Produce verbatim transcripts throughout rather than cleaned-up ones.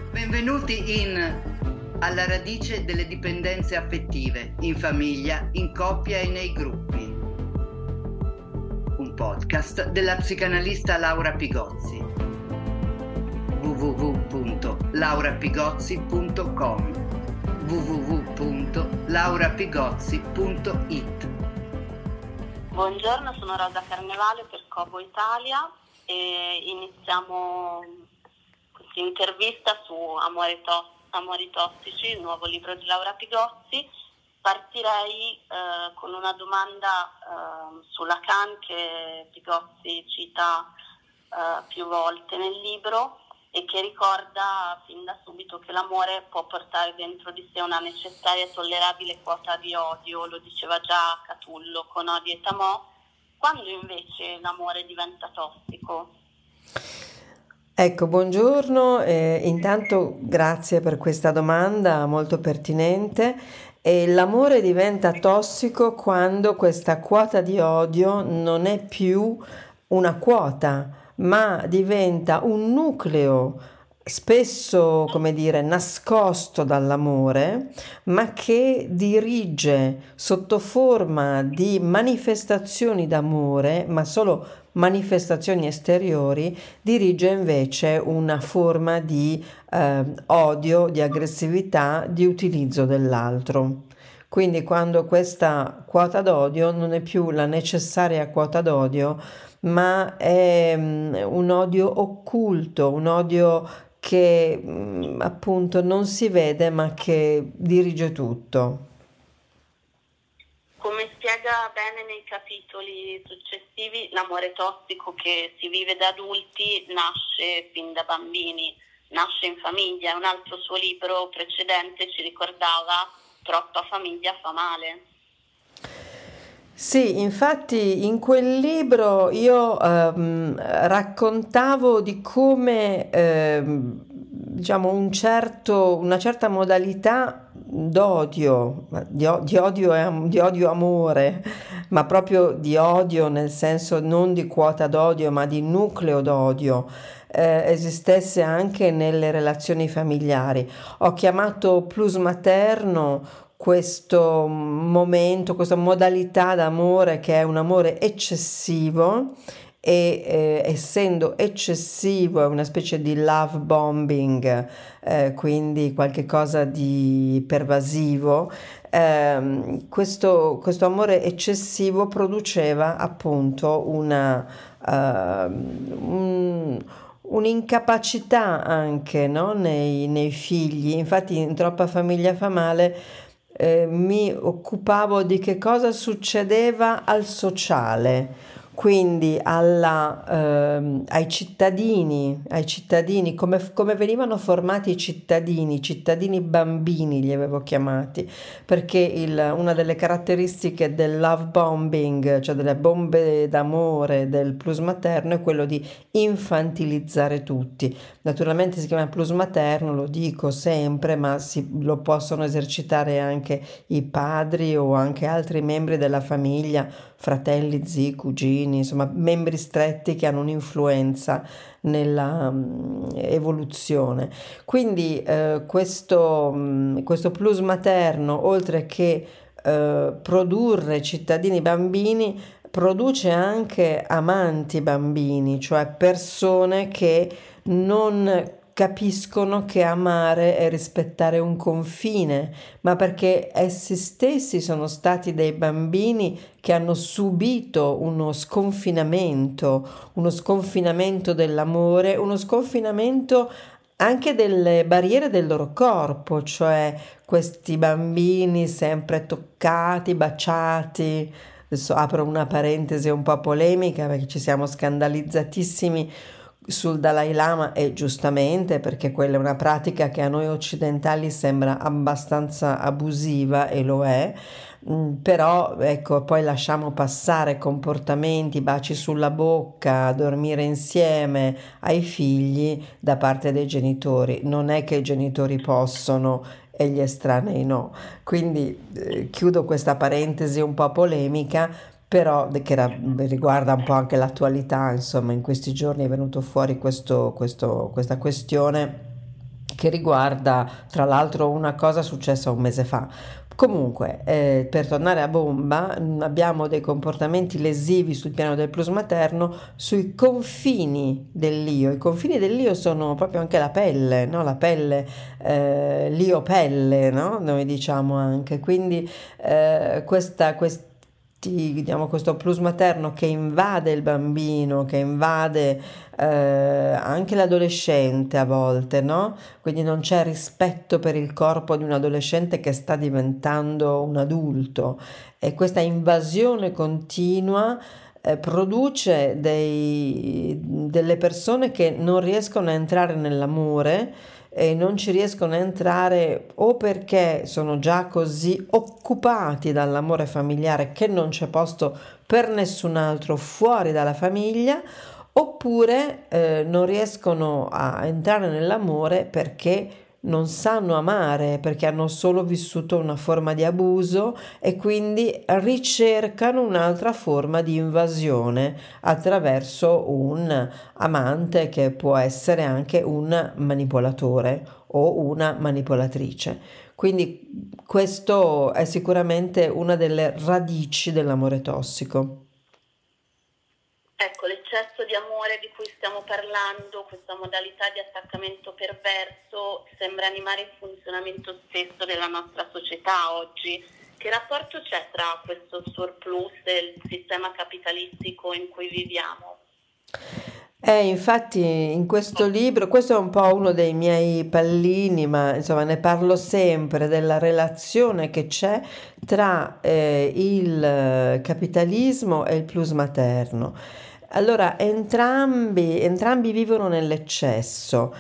Benvenuti in Alla radice delle dipendenze affettive, in famiglia, in coppia e nei gruppi. Un podcast della psicanalista Laura Pigozzi. w w w punto laura pigozzi punto com w w w punto laura pigozzi punto i t. Buongiorno, sono Rosa Carnevale per Covo Italia e iniziamo questa intervista su Amore to- Amori tossici, il nuovo libro di Laura Pigozzi. Partirei eh, con una domanda eh, su Lacan che Pigozzi cita eh, più volte nel libro e che ricorda fin da subito che l'amore può portare dentro di sé una necessaria e tollerabile quota di odio, lo diceva già Catullo con Odi et Amò, quando invece l'amore diventa tossico. Ecco, buongiorno, eh, intanto grazie per questa domanda molto pertinente. E l'amore diventa tossico quando questa quota di odio non è più una quota, ma diventa un nucleo spesso, come dire, nascosto dall'amore, ma che dirige sotto forma di manifestazioni d'amore, ma solo manifestazioni esteriori, dirige invece una forma di eh, odio, di aggressività, di utilizzo dell'altro. Quindi quando questa quota d'odio non è più la necessaria quota d'odio, ma è um, un odio occulto, un odio che um, appunto non si vede ma che dirige tutto. Come spiega bene nei capitoli successivi, l'amore tossico che si vive da adulti nasce fin da bambini, nasce in famiglia. Un altro suo libro precedente ci ricordava Troppa famiglia fa male. Sì, infatti in quel libro io ehm, raccontavo di come ehm, diciamo un certo, una certa modalità d'odio, di, o- di odio e am- di odio amore, ma proprio di odio nel senso non di quota d'odio, ma di nucleo d'odio, eh, esistesse anche nelle relazioni familiari. Ho chiamato plus materno questo momento, questa modalità d'amore che è un amore eccessivo e eh, essendo eccessivo è una specie di love bombing, eh, quindi qualche cosa di pervasivo. Ehm, questo, questo amore eccessivo produceva appunto una, ehm, un- un'incapacità anche, no? nei, nei figli. Infatti in Troppa famiglia fa male eh, mi occupavo di che cosa succedeva al sociale, quindi alla, ehm, ai cittadini, ai cittadini, come, come venivano formati i cittadini, i cittadini bambini li avevo chiamati, perché il- una delle caratteristiche del love bombing, cioè delle bombe d'amore del plus materno, è quello di infantilizzare tutti. Naturalmente si chiama plus materno, lo dico sempre, ma si, lo possono esercitare anche i padri o anche altri membri della famiglia, fratelli, zii, cugini, insomma, membri stretti che hanno un'influenza nella mm, evoluzione. Quindi eh, questo, mm, questo plus materno, oltre che eh, produrre cittadini bambini, produce anche amanti bambini, cioè persone che non capiscono che amare è rispettare un confine, ma perché essi stessi sono stati dei bambini che hanno subito uno sconfinamento, uno sconfinamento dell'amore, uno sconfinamento anche delle barriere del loro corpo, cioè questi bambini sempre toccati, baciati. Adesso apro una parentesi un po' polemica perché ci siamo scandalizzatissimi sul Dalai Lama e giustamente perché quella è una pratica che a noi occidentali sembra abbastanza abusiva e lo è. Mm, però ecco poi lasciamo passare comportamenti, baci sulla bocca, dormire insieme ai figli da parte dei genitori. Non è che i genitori possono e gli estranei no. Quindi eh, chiudo questa parentesi un po' polemica, però che ra- riguarda un po' anche l'attualità, insomma, in questi giorni è venuto fuori questo, questo- questa questione che riguarda tra l'altro una cosa successa un mese fa. Comunque, eh, per tornare a bomba, mh, abbiamo dei comportamenti lesivi sul piano del plus materno sui confini dell'io. I confini dell'io sono proprio anche la pelle, no? La pelle, eh, l'io pelle, no? Noi diciamo anche. Quindi eh, questa, questi, diciamo, questo plus materno che invade il bambino, che invade eh, anche l'adolescente a volte, no? Quindi non c'è rispetto per il corpo di un adolescente che sta diventando un adulto e questa invasione continua eh, produce dei- delle persone che non riescono a entrare nell'amore e non ci riescono a entrare o perché sono già così occupati dall'amore familiare che non c'è posto per nessun altro fuori dalla famiglia, oppure eh, non riescono a entrare nell'amore perché non sanno amare, perché hanno solo vissuto una forma di abuso e quindi ricercano un'altra forma di invasione attraverso un amante che può essere anche un manipolatore o una manipolatrice. Quindi questo è sicuramente una delle radici dell'amore tossico. Ecco, l'eccesso di amore di cui stiamo parlando, questa modalità di attaccamento perverso, sembra animare il funzionamento stesso della nostra società oggi. Che rapporto c'è tra questo surplus e il sistema capitalistico in cui viviamo? Eh, infatti in questo libro, questo è un po' uno dei miei pallini, ma insomma ne parlo sempre della relazione che c'è tra eh, il eh, capitalismo e il plus materno. Allora, entrambi, entrambi vivono nell'eccesso,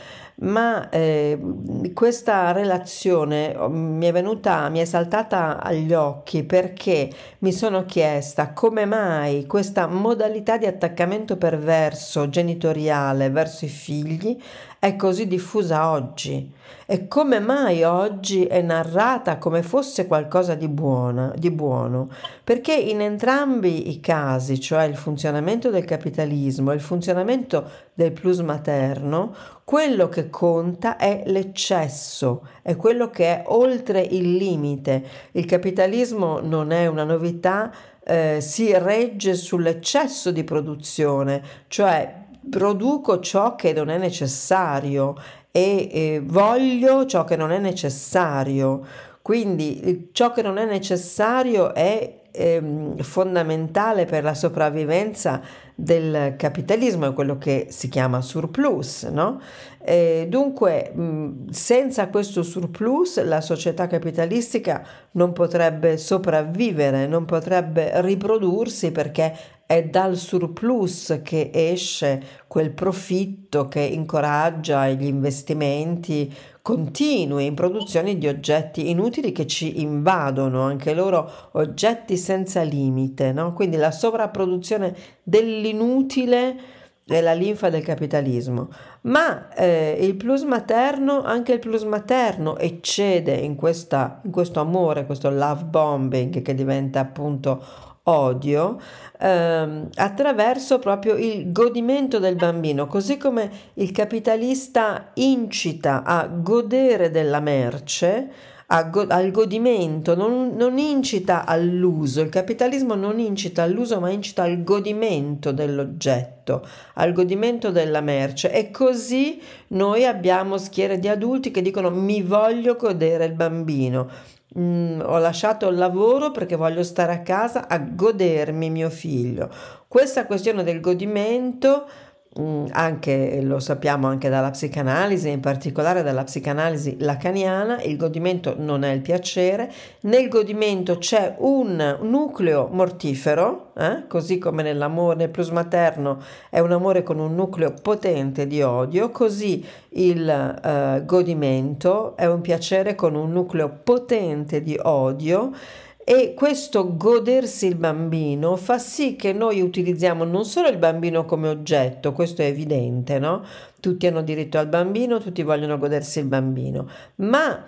ma eh, questa relazione oh, mi è venuta, mi è saltata agli occhi perché mi sono chiesta come mai questa modalità di attaccamento perverso genitoriale verso i figli è così diffusa oggi e come mai oggi è narrata come fosse qualcosa di buona, di buono, perché in entrambi i casi, cioè il funzionamento del capitalismo e il funzionamento del plus materno, quello che conta è l'eccesso, è quello che è oltre il limite. Il capitalismo non è una novità, eh, si regge sull'eccesso di produzione, cioè produco ciò che non è necessario e eh, voglio ciò che non è necessario. Quindi eh, ciò che non è necessario è ehm, fondamentale per la sopravvivenza del capitalismo, è quello che si chiama surplus, no? E dunque, mh, senza questo surplus la società capitalistica non potrebbe sopravvivere, non potrebbe riprodursi perché è dal surplus che esce quel profitto che incoraggia gli investimenti continui in produzione di oggetti inutili che ci invadono, anche loro oggetti senza limite, no? Quindi la sovrapproduzione dell'inutile è la linfa del capitalismo. Ma eh, il plus materno, anche il plus materno eccede in, questa, in questo amore, questo love bombing che diventa appunto odio, ehm, attraverso proprio il godimento del bambino, così come il capitalista incita a godere della merce, a go- al godimento, non, non incita all'uso, il capitalismo non incita all'uso, ma incita al godimento dell'oggetto, al godimento della merce. E così noi abbiamo schiere di adulti che dicono mi voglio godere il bambino. Mm, ho lasciato il lavoro perché voglio stare a casa a godermi mio figlio. Questa questione del godimento, mm, anche lo sappiamo anche dalla psicanalisi, in particolare dalla psicanalisi lacaniana, il godimento non è il piacere, nel godimento c'è un nucleo mortifero, eh? Così come nell'amore, nel plus materno è un amore con un nucleo potente di odio, così il eh, godimento è un piacere con un nucleo potente di odio e questo godersi il bambino fa sì che noi utilizziamo non solo il bambino come oggetto, questo è evidente, no? Tutti hanno diritto al bambino, tutti vogliono godersi il bambino, ma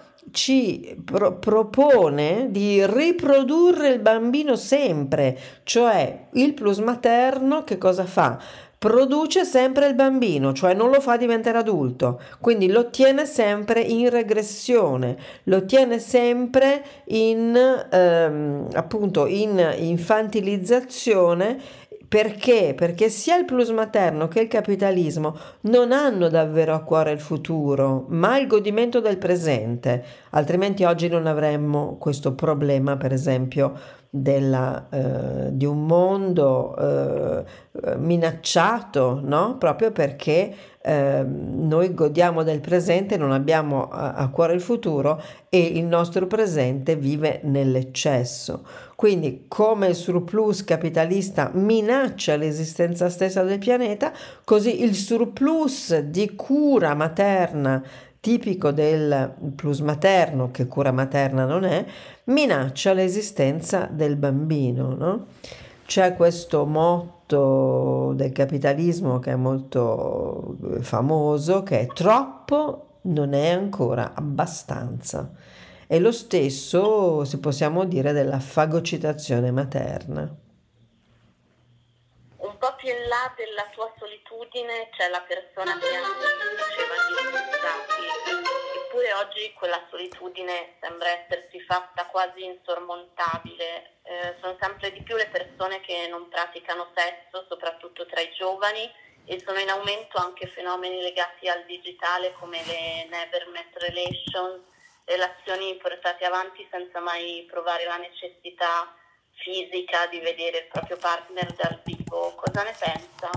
ci pro- propone di riprodurre il bambino sempre, cioè il plus materno che cosa fa? produce sempre il bambino, cioè non lo fa diventare adulto, quindi lo tiene sempre in regressione, lo tiene sempre in ehm, appunto in infantilizzazione. Perché? Perché sia il plus materno che il capitalismo non hanno davvero a cuore il futuro, ma il godimento del presente, altrimenti oggi non avremmo questo problema, per esempio, della, eh, di un mondo eh, eh, minacciato, no? Proprio perché eh, noi godiamo del presente, non abbiamo a, a cuore il futuro e il nostro presente vive nell'eccesso. Quindi, come il surplus capitalista minaccia l'esistenza stessa del pianeta, così il surplus di cura materna, tipico del plus materno, che cura materna non è, minaccia l'esistenza del bambino, no? C'è questo motto del capitalismo che è molto famoso, che è troppo non è ancora abbastanza. E lo stesso, se possiamo dire, della fagocitazione materna. Un po' più in là della tua solitudine c'è la persona che anche faceva gli risultati, eppure oggi quella solitudine sembra essersi fatta quasi insormontabile. Eh, sono sempre di più le persone che non praticano sesso, soprattutto tra i giovani, e sono in aumento anche fenomeni legati al digitale come le never met relations, relazioni portate avanti senza mai provare la necessità fisica di vedere il proprio partner dal vivo. Cosa ne pensa?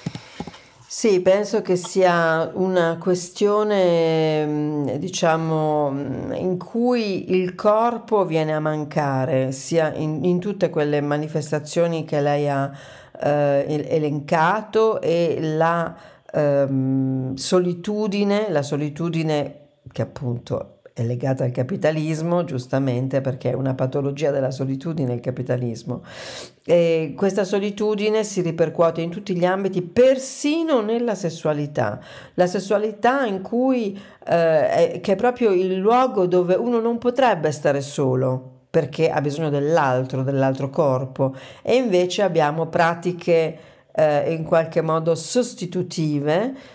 Sì, penso che sia una questione, diciamo, in cui il corpo viene a mancare, sia in, in tutte quelle manifestazioni che lei ha eh, elencato, e la ehm, solitudine, la solitudine che appunto è legata al capitalismo, giustamente, perché è una patologia della solitudine il capitalismo. E questa solitudine si ripercuote in tutti gli ambiti, persino nella sessualità. La sessualità in cui, eh, è, che è proprio il luogo dove uno non potrebbe stare solo, perché ha bisogno dell'altro, dell'altro corpo, e invece abbiamo pratiche eh, in qualche modo sostitutive,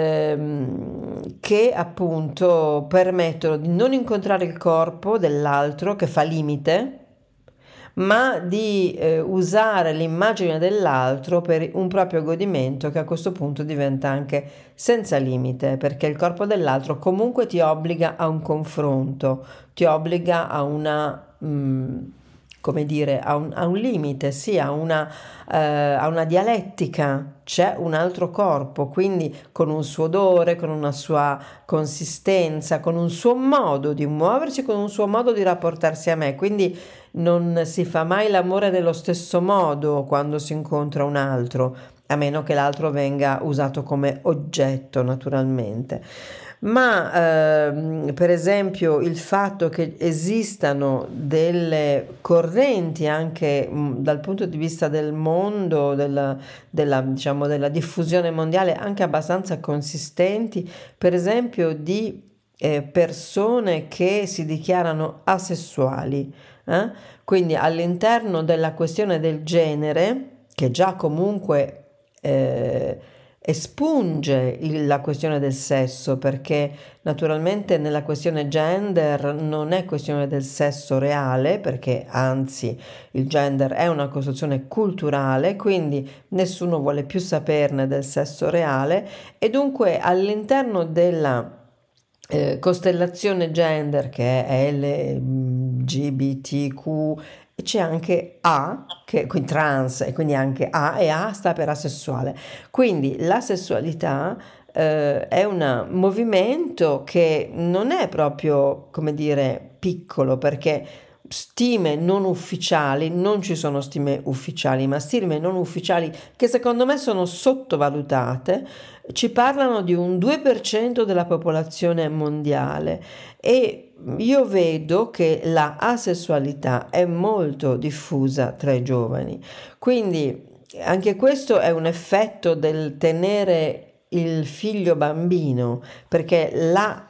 ehm, che appunto permettono di non incontrare il corpo dell'altro che fa limite, ma di eh, usare l'immagine dell'altro per un proprio godimento, che a questo punto diventa anche senza limite, perché il corpo dell'altro comunque ti obbliga a un confronto, ti obbliga a una, mh, come dire, a un, a un limite, sì, a una, eh, a una dialettica. C'è un altro corpo, quindi con un suo odore, con una sua consistenza, con un suo modo di muoversi, con un suo modo di rapportarsi a me. Quindi non si fa mai l'amore nello stesso modo quando si incontra un altro, a meno che l'altro venga usato come oggetto, naturalmente. Ma ehm, per esempio il fatto che esistano delle correnti anche mh, dal punto di vista del mondo, della, della, diciamo, della diffusione mondiale, anche abbastanza consistenti, per esempio di eh, persone che si dichiarano asessuali. Eh? Quindi all'interno della questione del genere, che già comunque eh, espunge il- la questione del sesso, perché naturalmente nella questione gender non è questione del sesso reale, perché anzi il gender è una costruzione culturale, quindi nessuno vuole più saperne del sesso reale, e dunque all'interno della eh, costellazione gender, che è L G B T Q, e c'è anche A, che quindi trans, e quindi anche A, e A sta per asessuale. Quindi la sessualità eh, è un movimento che non è proprio, come dire, piccolo, perché stime non ufficiali, non ci sono stime ufficiali, ma stime non ufficiali che secondo me sono sottovalutate, ci parlano di un due per cento della popolazione mondiale, e io vedo che la asessualità è molto diffusa tra i giovani. Quindi anche questo è un effetto del tenere il figlio bambino, perché la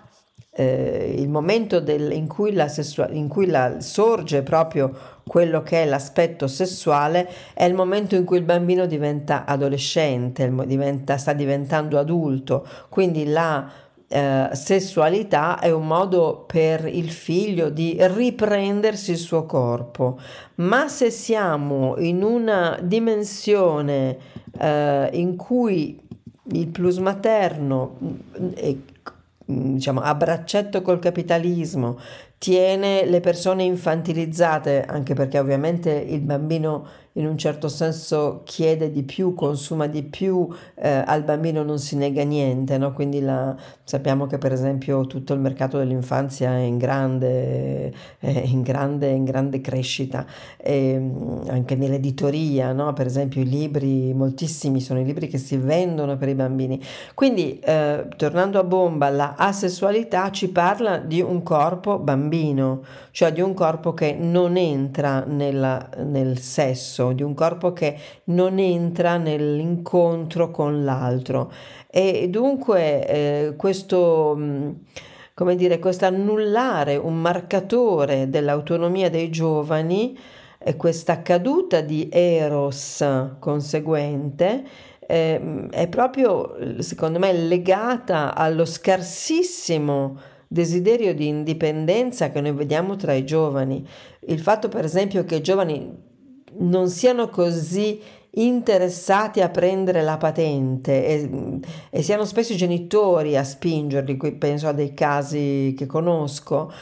eh, il momento del- in cui, la sessua- in cui la- sorge proprio quello che è l'aspetto sessuale è il momento in cui il bambino diventa adolescente, il mo- diventa- sta diventando adulto, quindi la eh, sessualità è un modo per il figlio di riprendersi il suo corpo. Ma se siamo in una dimensione eh, in cui il plus materno mm, è, mm, diciamo, a braccetto col capitalismo tiene le persone infantilizzate, anche perché ovviamente il bambino in un certo senso chiede di più, consuma di più, eh, al bambino non si nega niente, no? Quindi la- sappiamo che per esempio tutto il mercato dell'infanzia è in grande, è in grande, in grande crescita, e, mm, anche nell'editoria, no? Per esempio i libri, moltissimi sono i libri che si vendono per i bambini. Quindi, eh, tornando a bomba, la asessualità ci parla di un corpo bambino, cioè di un corpo che non entra nella- nel sesso, di un corpo che non entra nell'incontro con l'altro. E dunque eh, questo, mh, come dire, questo annullare un marcatore dell'autonomia dei giovani e questa caduta di Eros conseguente eh, è proprio, secondo me, legata allo scarsissimo desiderio di indipendenza che noi vediamo tra i giovani. Il fatto, per esempio, che i giovani non siano così interessati a prendere la patente e, e siano spesso i genitori a spingerli, qui penso a dei casi che conosco,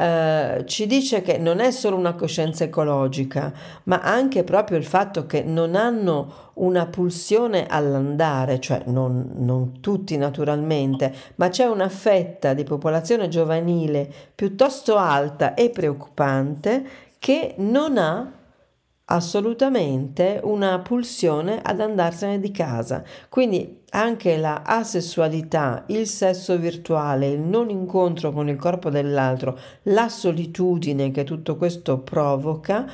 eh, ci dice che non è solo una coscienza ecologica, ma anche proprio il fatto che non hanno una pulsione all'andare, cioè non, non tutti naturalmente, ma c'è una fetta di popolazione giovanile piuttosto alta e preoccupante che non ha assolutamente una pulsione ad andarsene di casa. Quindi anche la asessualità, il sesso virtuale, il non incontro con il corpo dell'altro, la solitudine che tutto questo provoca,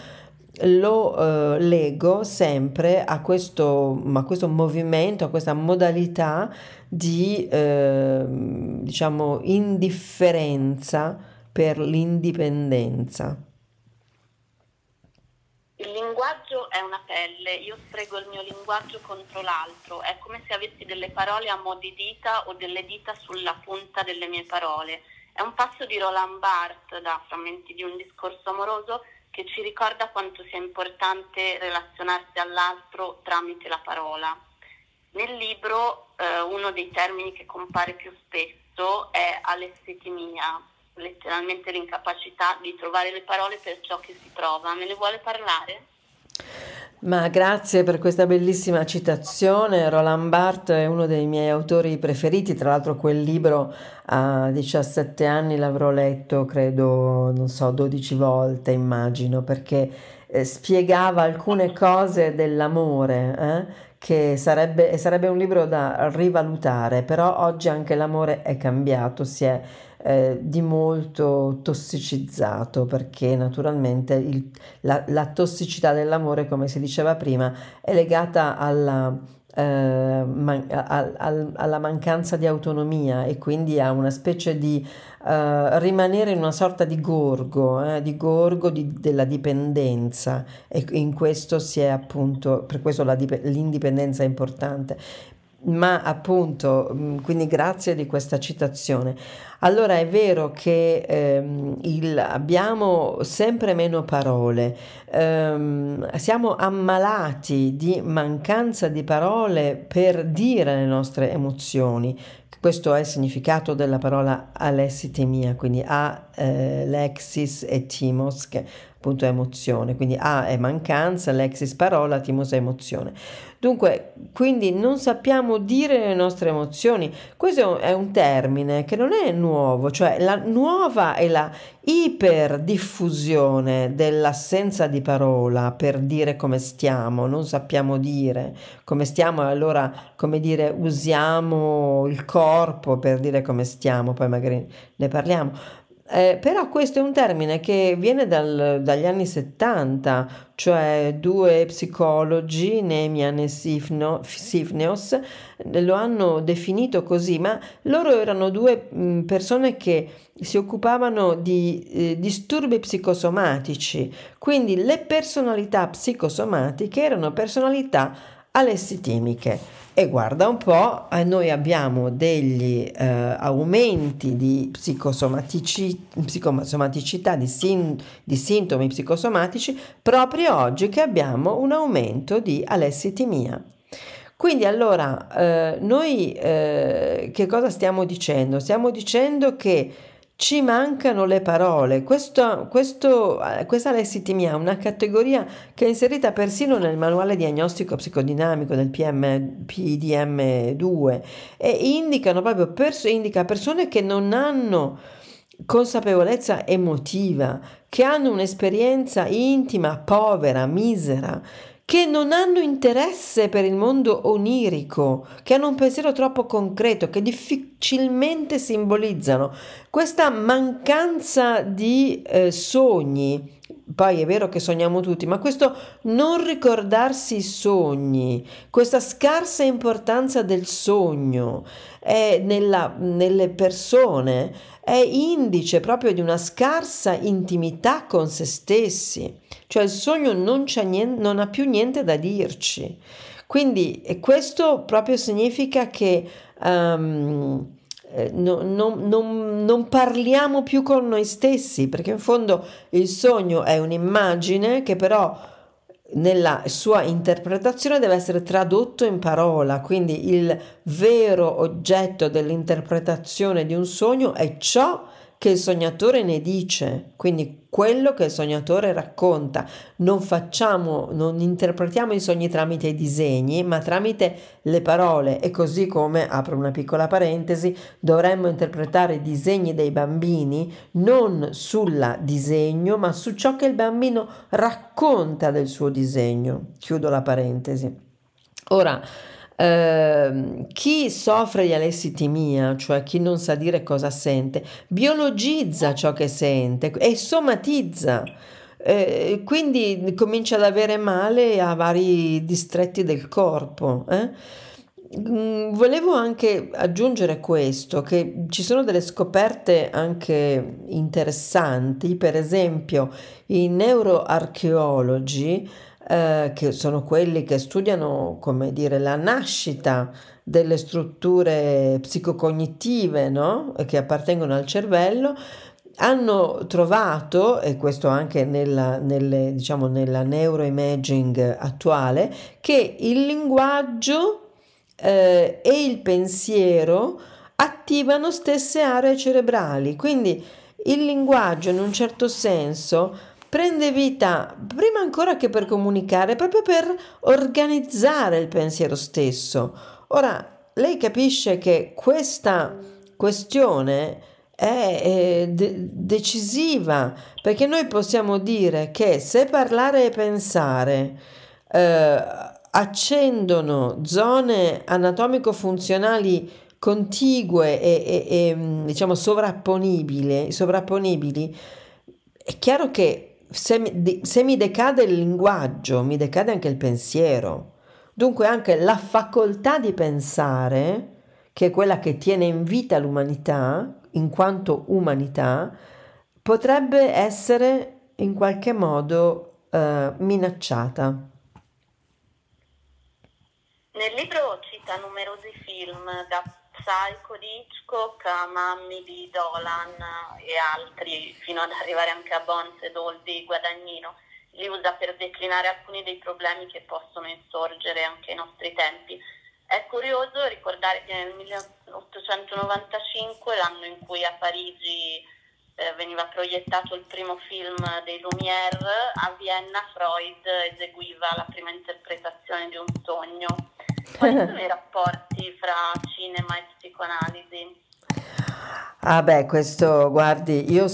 lo eh, lego sempre a questo, a questo movimento, a questa modalità di eh, diciamo indifferenza per l'indipendenza. Il linguaggio è una pelle, io sfrego il mio linguaggio contro l'altro, è come se avessi delle parole a mo' di dita o delle dita sulla punta delle mie parole. È un passo di Roland Barthes da Frammenti di un discorso amoroso che ci ricorda quanto sia importante relazionarsi all'altro tramite la parola. Nel libro eh, uno dei termini che compare più spesso è alessitimia, letteralmente l'incapacità di trovare le parole per ciò che si prova. Me ne vuole parlare? Ma grazie per questa bellissima citazione. Roland Barthes è uno dei miei autori preferiti, tra l'altro quel libro a diciassette anni l'avrò letto, credo, non so, dodici volte, immagino, perché eh, spiegava alcune cose dell'amore, eh, che sarebbe, e sarebbe un libro da rivalutare, però oggi anche l'amore è cambiato, si è eh, di molto tossicizzato, perché naturalmente il la, la tossicità dell'amore, come si diceva prima, è legata alla, eh, man- al- al- alla mancanza di autonomia e quindi a una specie di eh, rimanere in una sorta di gorgo, eh, di gorgo di- della dipendenza e in questo si è appunto, per questo la dip- l'indipendenza è importante. Ma appunto, mh, quindi grazie di questa citazione. Allora è vero che ehm, il- abbiamo sempre meno parole, ehm, siamo ammalati di mancanza di parole per dire le nostre emozioni. Questo è il significato della parola alessitemia, quindi a eh, lexis e timos, che appunto è emozione, quindi a è mancanza, lexis parola, timos è emozione. Dunque, quindi non sappiamo dire le nostre emozioni. Questo è un termine che non è nuovo, cioè la nuova è la iperdiffusione dell'assenza di parola per dire come stiamo, non sappiamo dire come stiamo, e allora, come dire, usiamo il corpo per dire come stiamo, poi magari ne parliamo. Eh, però questo è un termine che viene dal- dagli anni settanta, cioè due psicologi, Nemian e Sifno- Sifneos, lo hanno definito così, ma loro erano due mh, persone che si occupavano di eh, disturbi psicosomatici, quindi le personalità psicosomatiche erano personalità alessitimiche. E guarda un po', eh, noi abbiamo degli eh, aumenti di psicosomatici- psicosomaticità, di, sin- di sintomi psicosomatici, proprio oggi che abbiamo un aumento di alessitimia. Quindi allora, eh, noi eh, che cosa stiamo dicendo? Stiamo dicendo che ci mancano le parole. Questo, questo, eh, questa alessitimia è una categoria che è inserita persino nel manuale diagnostico psicodinamico del P M, P D M due e indicano proprio pers- indica persone che non hanno consapevolezza emotiva, che hanno un'esperienza intima, povera, misera, che non hanno interesse per il mondo onirico, che hanno un pensiero troppo concreto, che difficilmente simbolizzano questa mancanza di eh, sogni. Poi è vero che sogniamo tutti, ma questo non ricordarsi i sogni, questa scarsa importanza del sogno è nella- nelle persone è indice proprio di una scarsa intimità con se stessi, cioè il sogno non, c'è nien- non ha più niente da dirci. Quindi e questo proprio significa che ehm, eh, no- non non- non parliamo più con noi stessi, perché in fondo il sogno è un'immagine che però nella sua interpretazione deve essere tradotto in parola, quindi il vero oggetto dell'interpretazione di un sogno è ciò che il sognatore ne dice, quindi quello che il sognatore racconta. Non facciamo, non interpretiamo i sogni tramite i disegni, ma tramite le parole e così come, apro una piccola parentesi, dovremmo interpretare i disegni dei bambini non sul disegno, ma su ciò che il bambino racconta del suo disegno. Chiudo la parentesi. Ora, ehm, chi soffre di alessitimia, cioè chi non sa dire cosa sente, biologizza ciò che sente e somatizza. Eh, quindi comincia ad avere male a vari distretti del corpo. eh. Mm, Volevo anche aggiungere questo, che ci sono delle scoperte anche interessanti, per esempio i neuroarcheologi, eh, che sono quelli che studiano, come dire, la nascita delle strutture psicocognitive, no? Che appartengono al cervello, hanno trovato, e questo anche nella, nelle, diciamo, nella neuroimaging attuale, che il linguaggio eh, e il pensiero attivano stesse aree cerebrali. Quindi il linguaggio, in un certo senso, prende vita prima ancora che per comunicare, proprio per organizzare il pensiero stesso. Ora, lei capisce che questa questione è eh, de- decisiva, perché noi possiamo dire che se parlare e pensare eh, accendono zone anatomico-funzionali contigue e, e- e, mh, diciamo sovrapponibili, sovrapponibili, è chiaro che se mi, di- se mi decade il linguaggio, mi decade anche il pensiero. Dunque anche la facoltà di pensare, che è quella che tiene in vita l'umanità, in quanto umanità, potrebbe essere in qualche modo eh, minacciata. Nel libro cita numerosi film, da Psycho di Hitchcock a Mammi di Dolan e altri, fino ad arrivare anche a Bones e Dolby Guadagnino. Li usa per declinare alcuni dei problemi che possono insorgere anche ai nostri tempi. È curioso ricordare che nel milleottocentonovantacinque, l'anno in cui a Parigi eh, veniva proiettato il primo film dei Lumière, a Vienna Freud eseguiva la prima interpretazione di un sogno. Quali sono i rapporti fra cinema e psicoanalisi? Ah beh, questo, guardi, io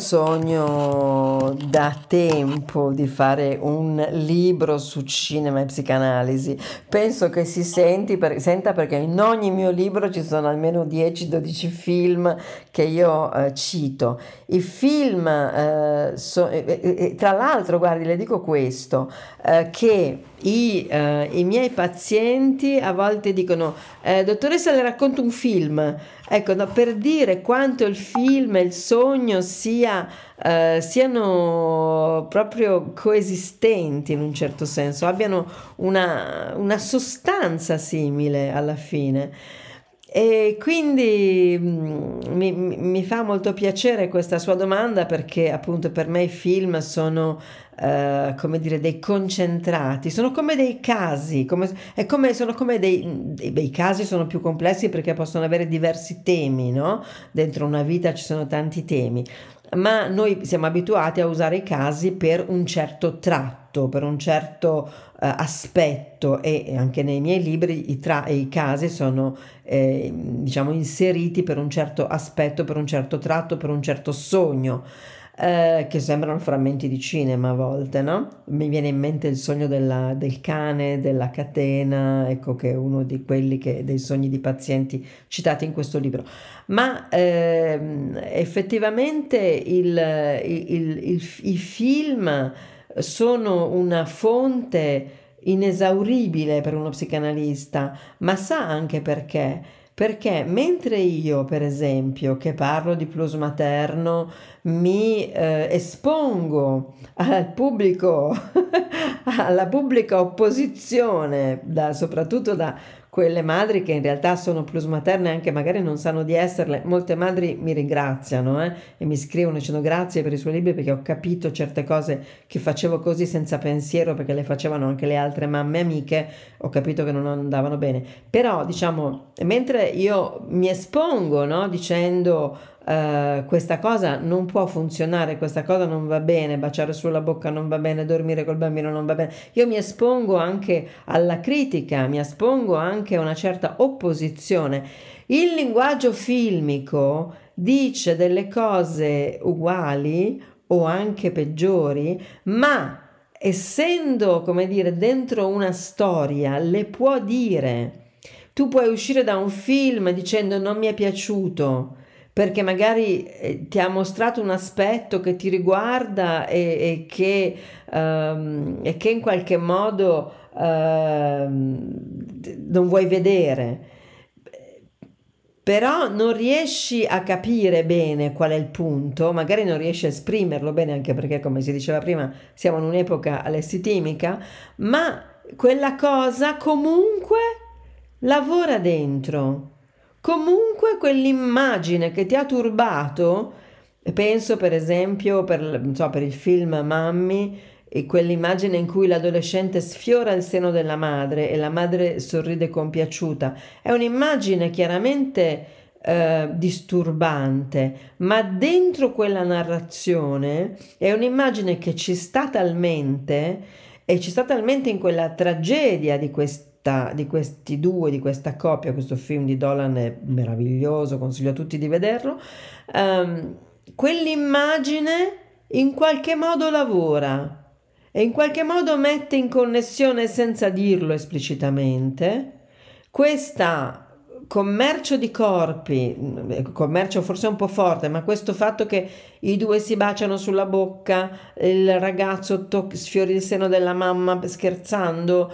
sogno da tempo di fare un libro su cinema e psicanalisi. Penso che si senti per- senta perché in ogni mio libro ci sono almeno dieci dodici film che io eh, cito. I film, eh, so- e- e- e- tra l'altro, guardi, le dico questo, eh, che i, eh, i miei pazienti a volte dicono, eh, dottoressa, le racconto un film. Ecco, no, per dire quanto il film e il sogno sia, eh, siano proprio coesistenti in un certo senso, abbiano una, una sostanza simile alla fine. E quindi mm, mi, mi- mi fa molto piacere questa sua domanda perché appunto per me i film sono, eh, come dire, dei concentrati, sono come dei casi, come, è come, sono come dei, dei, beh, i casi sono più complessi perché possono avere diversi temi, no? Dentro una vita ci sono tanti temi, ma noi siamo abituati a usare i casi per un certo tratto, per un certo eh, aspetto e anche nei miei libri i, tra- i casi sono eh, diciamo inseriti per un certo aspetto, per un certo tratto, per un certo sogno. Eh, che sembrano frammenti di cinema a volte, no? Mi viene in mente il sogno della- del cane, della catena, ecco che è uno di quelli che, dei sogni di pazienti citati in questo libro. Ma ehm, effettivamente il, il- il- il- i film sono una fonte inesauribile per uno psicanalista, ma sa anche perché? Perché mentre io, per esempio, che parlo di plus materno, mi eh, espongo al pubblico, alla pubblica opposizione, da- soprattutto da quelle madri che in realtà sono plus materne, anche magari non sanno di esserle. Molte madri mi ringraziano, eh, e mi scrivono dicendo grazie per i suoi libri perché ho capito certe cose che facevo così senza pensiero perché le facevano anche le altre mamme amiche, ho capito che non andavano bene. Però, diciamo, mentre io mi espongo, no, dicendo eh, questa cosa non può funzionare, questa cosa non va bene, baciare sulla bocca non va bene, dormire col bambino non va bene, io mi espongo anche alla critica, mi espongo anche a una certa opposizione. Il linguaggio filmico dice delle cose uguali o anche peggiori, ma essendo, come dire, dentro una storia, le può dire. Tu puoi uscire da un film dicendo non mi è piaciuto perché magari eh, ti ha mostrato un aspetto che ti riguarda e, e che, ehm, e che in qualche modo ehm, non vuoi vedere. Però non riesci a capire bene qual è il punto, magari non riesci a esprimerlo bene, anche perché, come si diceva prima, siamo in un'epoca alessitimica, ma quella cosa comunque lavora dentro. Comunque quell'immagine che ti ha turbato, penso per esempio per, non so, per il film Mammi, e quell'immagine in cui l'adolescente sfiora il seno della madre e la madre sorride compiaciuta, è un'immagine chiaramente eh, disturbante, ma dentro quella narrazione è un'immagine che ci sta talmente e ci sta talmente in quella tragedia di questa, di questi due, di questa coppia. Questo film di Dolan è meraviglioso, consiglio a tutti di vederlo. Ehm, quell'immagine in qualche modo lavora e in qualche modo mette in connessione senza dirlo esplicitamente questa commercio di corpi, mm, commercio forse un po' forte, ma questo fatto che i due si baciano sulla bocca, il ragazzo toc- sfiori il seno della mamma scherzando,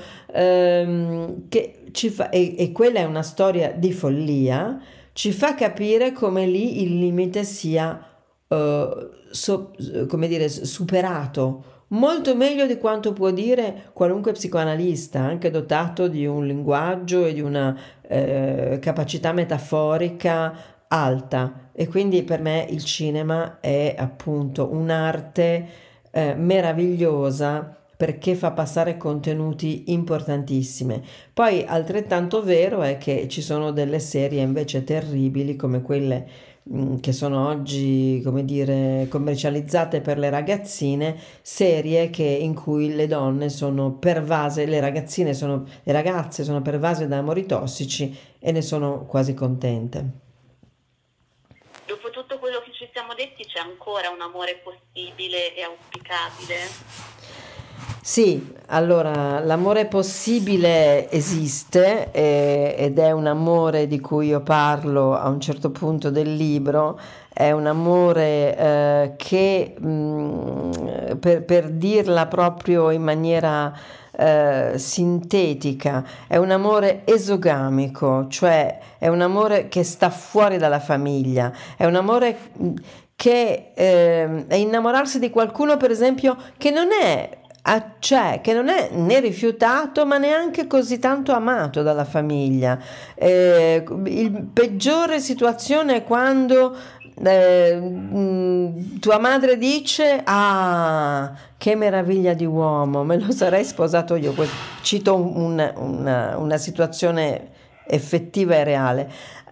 ehm, che ci fa, e, e quella è una storia di follia, ci fa capire come lì il limite sia, eh, so- come dire, superato. Molto meglio di quanto può dire qualunque psicoanalista, anche dotato di un linguaggio e di una eh, capacità metaforica alta. E quindi per me il cinema è appunto un'arte eh, meravigliosa perché fa passare contenuti importantissimi. Poi altrettanto vero è che ci sono delle serie invece terribili come quelle mh, che sono oggi, come dire, commercializzate per le ragazzine, serie che, in cui le donne sono pervase, le ragazzine sono, le ragazze sono pervase da amori tossici e ne sono quasi contente. dopo tutto quello che ci siamo detti, c'è ancora un amore possibile e auspicabile? Sì, allora l'amore possibile esiste eh, ed è un amore di cui io parlo a un certo punto del libro, è un amore eh, che mh, per, per dirla proprio in maniera eh, sintetica, è un amore esogamico, cioè è un amore che sta fuori dalla famiglia, è un amore mh, che eh, è innamorarsi di qualcuno, per esempio, che non è Ah, c'è, che non è né rifiutato ma neanche così tanto amato dalla famiglia. Eh, il peggiore situazione è quando eh, mh, tua madre dice: ah, che meraviglia di uomo, me lo sarei sposato io. Que- Cito un- una, una situazione effettiva e reale.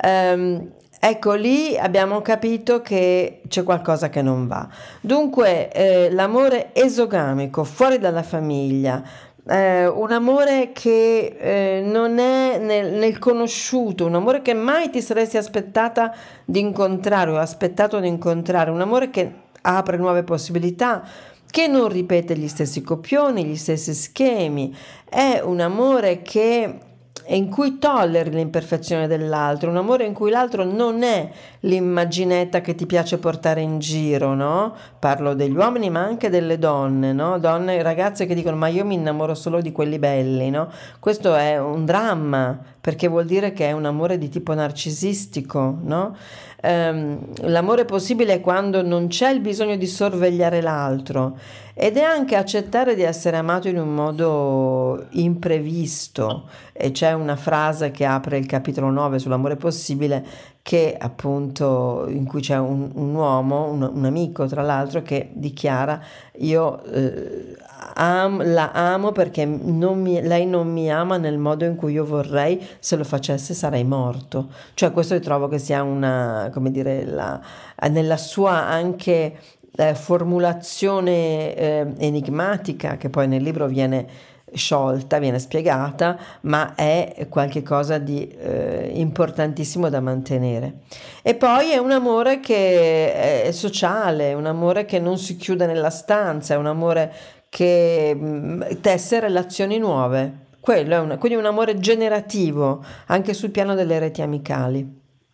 Ehm, Ecco, lì abbiamo capito che c'è qualcosa che non va. Dunque, eh, l'amore esogamico, fuori dalla famiglia, eh, un amore che eh, non è nel, nel conosciuto, un amore che mai ti saresti aspettata di incontrare o aspettato di incontrare, un amore che apre nuove possibilità, che non ripete gli stessi copioni, gli stessi schemi, è un amore che e in cui tolleri l'imperfezione dell'altro, un amore in cui l'altro non è l'immaginetta che ti piace portare in giro, no? Parlo degli uomini ma anche delle donne, no? Donne, ragazze che dicono: ma io mi innamoro solo di quelli belli, no? Questo è un dramma, perché vuol dire che è un amore di tipo narcisistico, no? Ehm, l'amore possibile è quando non c'è il bisogno di sorvegliare l'altro ed è anche accettare di essere amato in un modo imprevisto. E c'è una frase che apre il capitolo nove sull'amore possibile, che appunto in cui c'è un, un uomo, un, un amico tra l'altro, che dichiara: io eh, am, la amo perché non mi, lei non mi ama nel modo in cui io vorrei, se lo facesse sarei morto. Cioè questo io trovo che sia una, come dire, la, nella sua anche eh, formulazione eh, enigmatica, che poi nel libro viene sciolta, viene spiegata, ma è qualcosa di eh, importantissimo da mantenere. E poi è un amore che è sociale, un amore che non si chiude nella stanza, è un amore che mh, tesse relazioni nuove. Quello è un, quindi un amore generativo anche sul piano delle reti amicali.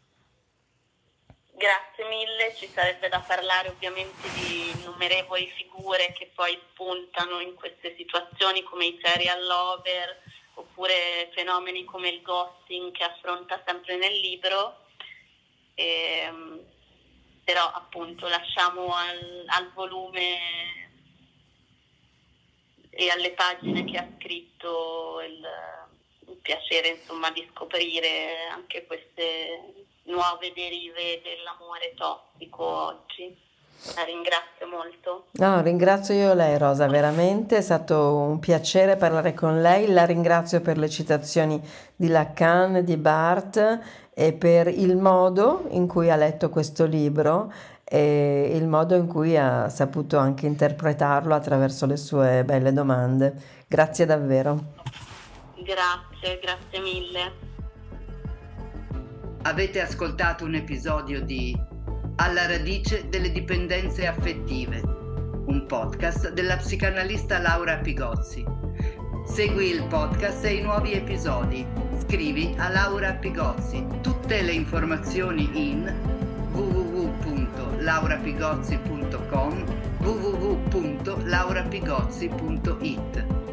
Grazie mille, ci sarebbe da parlare ovviamente di innumerevoli figure che poi spuntano in queste situazioni, come i serial lover oppure fenomeni come il ghosting che affronta sempre nel libro, e, però appunto lasciamo al, al volume e alle pagine che ha scritto il, il piacere insomma di scoprire anche queste nuove derive dell'amore tossico oggi. La ringrazio molto. No, ringrazio io lei, Rosa, veramente è stato un piacere parlare con lei. La ringrazio per le citazioni di Lacan, di Barthes e per il modo in cui ha letto questo libro e il modo in cui ha saputo anche interpretarlo attraverso le sue belle domande. Grazie davvero. Grazie, grazie mille. Avete ascoltato un episodio di Alla radice delle dipendenze affettive, un podcast della psicanalista Laura Pigozzi. Segui il podcast e i nuovi episodi. Scrivi a Laura Pigozzi. Tutte le informazioni in w w w punto laura pigozzi punto com, w w w punto laura pigozzi punto i t.